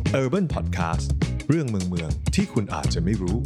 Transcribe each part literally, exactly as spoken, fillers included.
Urban Podcast เรื่องเมืองเมืองที่คุณอาจจะไม่รู้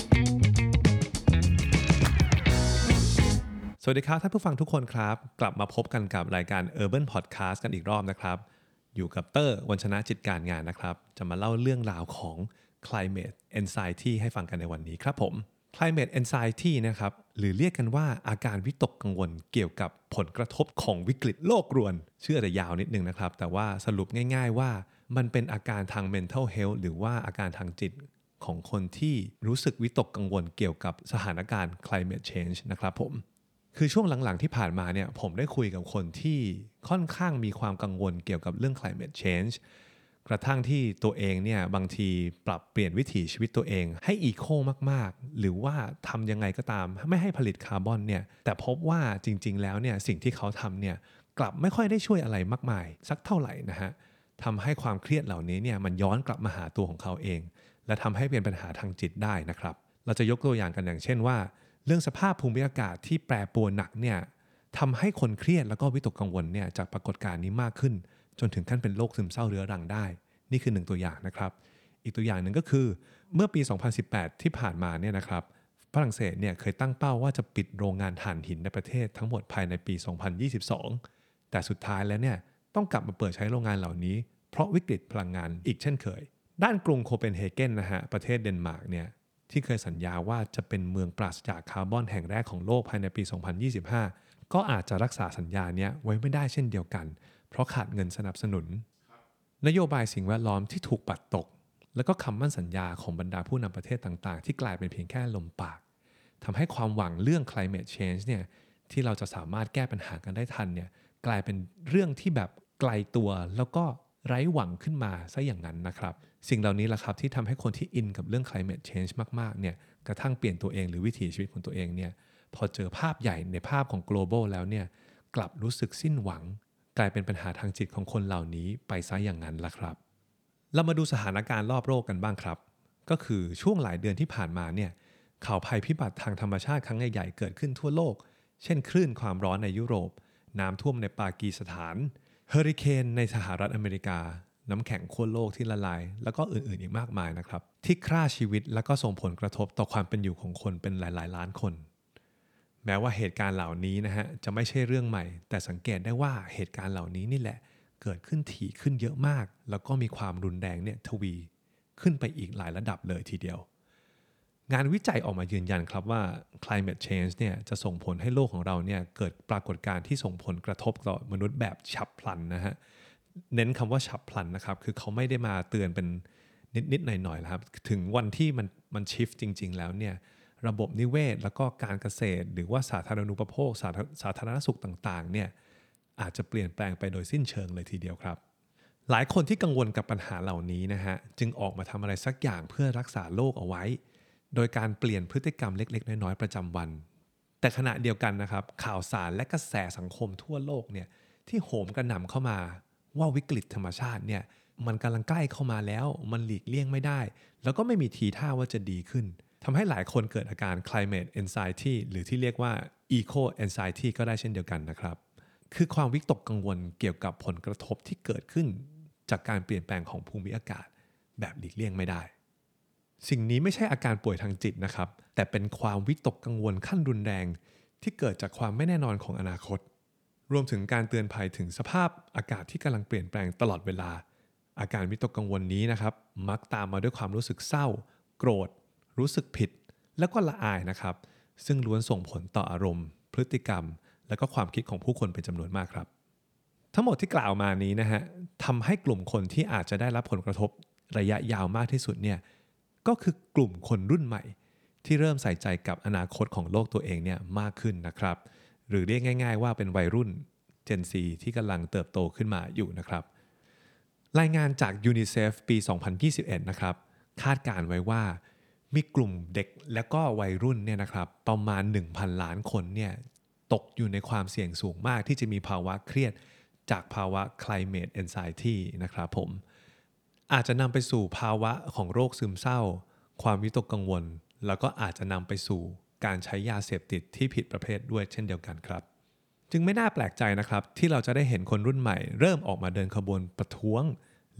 สวัสดีครับท่านผู้ฟังทุกคนครับกลับมาพบกันกับรายการ Urban Podcast กันอีกรอบนะครับอยู่กับเตอร์วัญชนะจิตการงานนะครับจะมาเล่าเรื่องราวของ Climate Anxiety ให้ฟังกันในวันนี้ครับผม Climate Anxiety นะครับหรือเรียกกันว่าอาการวิตกกังวลเกี่ยวกับผลกระทบของวิกฤตโลกรวนชื่ออาจจะยาวนิดนึงนะครับแต่ว่าสรุปง่ายๆว่ามันเป็นอาการทาง mental health หรือว่าอาการทางจิตของคนที่รู้สึกวิตกกังวลเกี่ยวกับสถานการณ์ climate change นะครับผมคือช่วงหลังๆที่ผ่านมาเนี่ยผมได้คุยกับคนที่ค่อนข้างมีความกังวลเกี่ยวกับเรื่อง climate change กระทั่งที่ตัวเองเนี่ยบางทีปรับเปลี่ยนวิถีชีวิตตัวเองให้อีโคมากๆหรือว่าทำยังไงก็ตามไม่ให้ผลิตคาร์บอนเนี่ยแต่พบว่าจริงๆแล้วเนี่ยสิ่งที่เขาทำเนี่ยกลับไม่ค่อยได้ช่วยอะไรมากมายสักเท่าไหร่นะฮะทำให้ความเครียดเหล่านี้เนี่ยมันย้อนกลับมาหาตัวของเขาเองและทำให้เป็นปัญหาทางจิตได้นะครับเราจะยกตัวอย่างกันอย่างเช่นว่าเรื่องสภาพภูมิอากาศที่แปรปรวนหนักเนี่ยทำให้คนเครียดแล้วก็วิตกกังวลเนี่ยจากปรากฏการณ์นี้มากขึ้นจนถึงขั้นเป็นโรคซึมเศร้าเรื้อรังได้นี่คือหนึ่งตัวอย่างนะครับอีกตัวอย่างหนึ่งก็คือเมื่อปี สองพันสิบแปด ที่ผ่านมาเนี่ยนะครับฝรั่งเศสเนี่ยเคยตั้งเป้าว่าจะปิดโรงงานถ่านหินในประเทศทั้งหมดภายในปี สองพันยี่สิบสอง แต่สุดท้ายแล้วเนี่ยต้องกลับมาเปิดใช้โรงงานเหล่านี้เพราะวิกฤตพลังงานอีกเช่นเคยด้านกรุงโคเปนเฮเกนนะฮะประเทศเดนมาร์กเนี่ยที่เคยสัญญาว่าจะเป็นเมืองปราศจากคาร์บอนแห่งแรกของโลกภายในปี สองพันยี่สิบห้า ก็อาจจะรักษาสัญญาเนี้ยไว้ไม่ได้เช่นเดียวกันเพราะขาดเงินสนับสนุนนโยบายสิ่งแวดล้อมที่ถูกปัดตกแล้วก็คำมั่นสัญญาของบรรดาผู้นำประเทศต่างๆที่กลายเป็นเพียงแค่ลมปากทำให้ความหวังเรื่อง climate change เนี่ยที่เราจะสามารถแก้ปัญหากันได้ทันเนี่ยกลายเป็นเรื่องที่แบบไกลตัวแล้วก็ไร้หวังขึ้นมาซะอย่างนั้นนะครับสิ่งเหล่านี้แหละครับที่ทำให้คนที่อินกับเรื่อง climate change มากๆเนี่ยกระทั่งเปลี่ยนตัวเองหรือวิถีชีวิตของตัวเองเนี่ยพอเจอภาพใหญ่ในภาพของ global แล้วเนี่ยกลับรู้สึกสิ้นหวังกลายเป็นปัญหาทางจิตของคนเหล่านี้ไปซะอย่างนั้นล่ะครับเรามาดูสถานการณ์รอบโลกกันบ้างครับก็คือช่วงหลายเดือนที่ผ่านมาเนี่ยข่าวภัยพิบัติทางธรรมชาติครั้งใหญ่ๆเกิดขึ้นทั่วโลกเช่นคลื่นความร้อนในยุโรปน้ำท่วมในปากีสถานเฮอริเคนในสหรัฐอเมริกาน้ำแข็งขั้วโลกที่ละลายแล้วก็อื่นๆอีกมากมายนะครับที่ฆ่าชีวิตแล้วก็ส่งผลกระทบต่อความเป็นอยู่ของคนเป็นหลายๆล้านคนแม้ว่าเหตุการณ์เหล่านี้นะฮะจะไม่ใช่เรื่องใหม่แต่สังเกตได้ว่าเหตุการณ์เหล่านี้นี่แหละเกิดขึ้นถี่ขึ้นเยอะมากแล้วก็มีความรุนแรงเนี่ยทวีขึ้นไปอีกหลายระดับเลยทีเดียวงานวิจัยออกมายืนยันครับว่า climate change เนี่ยจะส่งผลให้โลกของเราเนี่ยเกิดปรากฏการณ์ที่ส่งผลกระทบต่อมนุษย์แบบฉับพลันนะฮะเน้นคำว่าฉับพลันนะครับคือเขาไม่ได้มาเตือนเป็นนิดๆหน่อยๆนะครับถึงวันที่มันมันชิฟจริงๆแล้วเนี่ยระบบนิเวศแล้วก็การเกษตรหรือว่าสาธารณูปโภคสาสาธารณสุขต่างๆเนี่ยอาจจะเปลี่ยนแปลงไปโดยสิ้นเชิงเลยทีเดียวครับหลายคนที่กังวลกับปัญหาเหล่านี้นะฮะจึงออกมาทำอะไรสักอย่างเพื่อรักษาโลกเอาไว้โดยการเปลี่ยนพฤติกรรมเล็กๆน้อยๆประจำวันแต่ขณะเดียวกันนะครับข่าวสารและกระแสสังคมทั่วโลกเนี่ยที่โหมกระหน่ำเข้ามาว่าวิกฤตธรรมชาติเนี่ยมันกำลังใกล้เข้ามาแล้วมันหลีกเลี่ยงไม่ได้แล้วก็ไม่มีทีท่าว่าจะดีขึ้นทำให้หลายคนเกิดอาการ climate anxiety หรือที่เรียกว่า eco anxiety ก็ได้เช่นเดียวกันนะครับคือความวิตกกังวลเกี่ยวกับผลกระทบที่เกิดขึ้นจากการเปลี่ยนแปลงของภูมิอากาศแบบหลีกเลี่ยงไม่ได้สิ่งนี้ไม่ใช่อาการป่วยทางจิตนะครับแต่เป็นความวิตกกังวลขั้นรุนแรงที่เกิดจากความไม่แน่นอนของอนาคตรวมถึงการเตือนภัยถึงสภาพอากาศที่กำลังเปลี่ยนแปลงตลอดเวลาอาการวิตกกังวลนี้นะครับมักตามมาด้วยความรู้สึกเศร้าโกรธรู้สึกผิดแล้วก็ละอายนะครับซึ่งล้วนส่งผลต่ออารมณ์พฤติกรรมและก็ความคิดของผู้คนเป็นจำนวนมากครับทั้งหมดที่กล่าวมานี้นะฮะทำให้กลุ่มคนที่อาจจะได้รับผลกระทบระยะยาวมากที่สุดเนี่ยก็คือกลุ่มคนรุ่นใหม่ที่เริ่มใส่ใจกับอนาคตของโลกตัวเองเนี่ยมากขึ้นนะครับหรือเรียกง่ายๆว่าเป็นวัยรุ่น Gen Z ที่กำลังเติบโตขึ้นมาอยู่นะครับรายงานจากยูนิเซฟปี สองพันยี่สิบเอ็ด นะครับคาดการไว้ว่ามีกลุ่มเด็กและก็วัยรุ่นเนี่ยนะครับประมาณ หนึ่งพัน ล้านคนเนี่ยตกอยู่ในความเสี่ยงสูงมากที่จะมีภาวะเครียดจากภาวะ climate anxiety นะครับผมอาจจะนำไปสู่ภาวะของโรคซึมเศร้าความวิตกกังวลแล้วก็อาจจะนำไปสู่การใช้ยาเสพติดที่ผิดประเภทด้วยเช่นเดียวกันครับจึงไม่น่าแปลกใจนะครับที่เราจะได้เห็นคนรุ่นใหม่เริ่มออกมาเดินขบวนประท้วง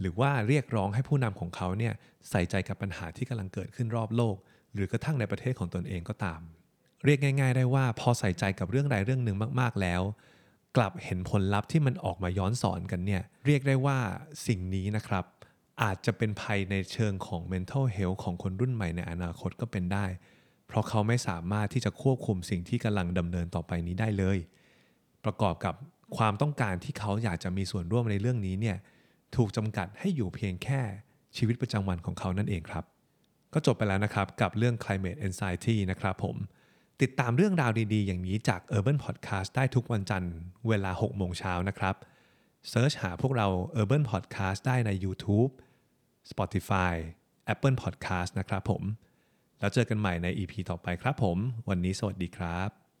หรือว่าเรียกร้องให้ผู้นำของเขาเนี่ยใส่ใจกับปัญหาที่กำลังเกิดขึ้นรอบโลกหรือกระทั่งในประเทศของตนเองก็ตามเรียกง่ายๆได้ว่าพอใส่ใจกับเรื่องใดเรื่องหนึ่งมากๆแล้วกลับเห็นผลลัพธ์ที่มันออกมาย้อนสอนกันเนี่ยเรียกได้ว่าสิ่งนี้นะครับอาจจะเป็นภัยในเชิงของ mental health ของคนรุ่นใหม่ในอนาคตก็เป็นได้เพราะเขาไม่สามารถที่จะควบคุมสิ่งที่กำลังดำเนินต่อไปนี้ได้เลยประกอบกับความต้องการที่เขาอยากจะมีส่วนร่วมในเรื่องนี้เนี่ยถูกจำกัดให้อยู่เพียงแค่ชีวิตประจำวันของเขานั่นเองครับก็จบไปแล้วนะครับกับเรื่อง climate anxiety นะครับผมติดตามเรื่องราวดีๆอย่างนี้จาก Urban Podcast ได้ทุกวันจันทร์เวลา หกโมงเช้านะครับเซิร์ชหาพวกเรา Urban Podcast ได้ใน YouTube Spotify Apple Podcast นะครับผมแล้วเจอกันใหม่ใน อี พี ต่อไปครับผมวันนี้สวัสดีครับ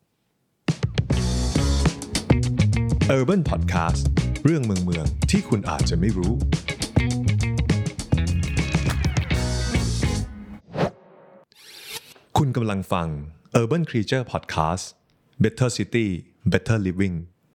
Urban Podcast เรื่องเมืองเมืองที่คุณอาจจะไม่รู้คุณกำลังฟัง Urban Creature Podcast Better City Better Living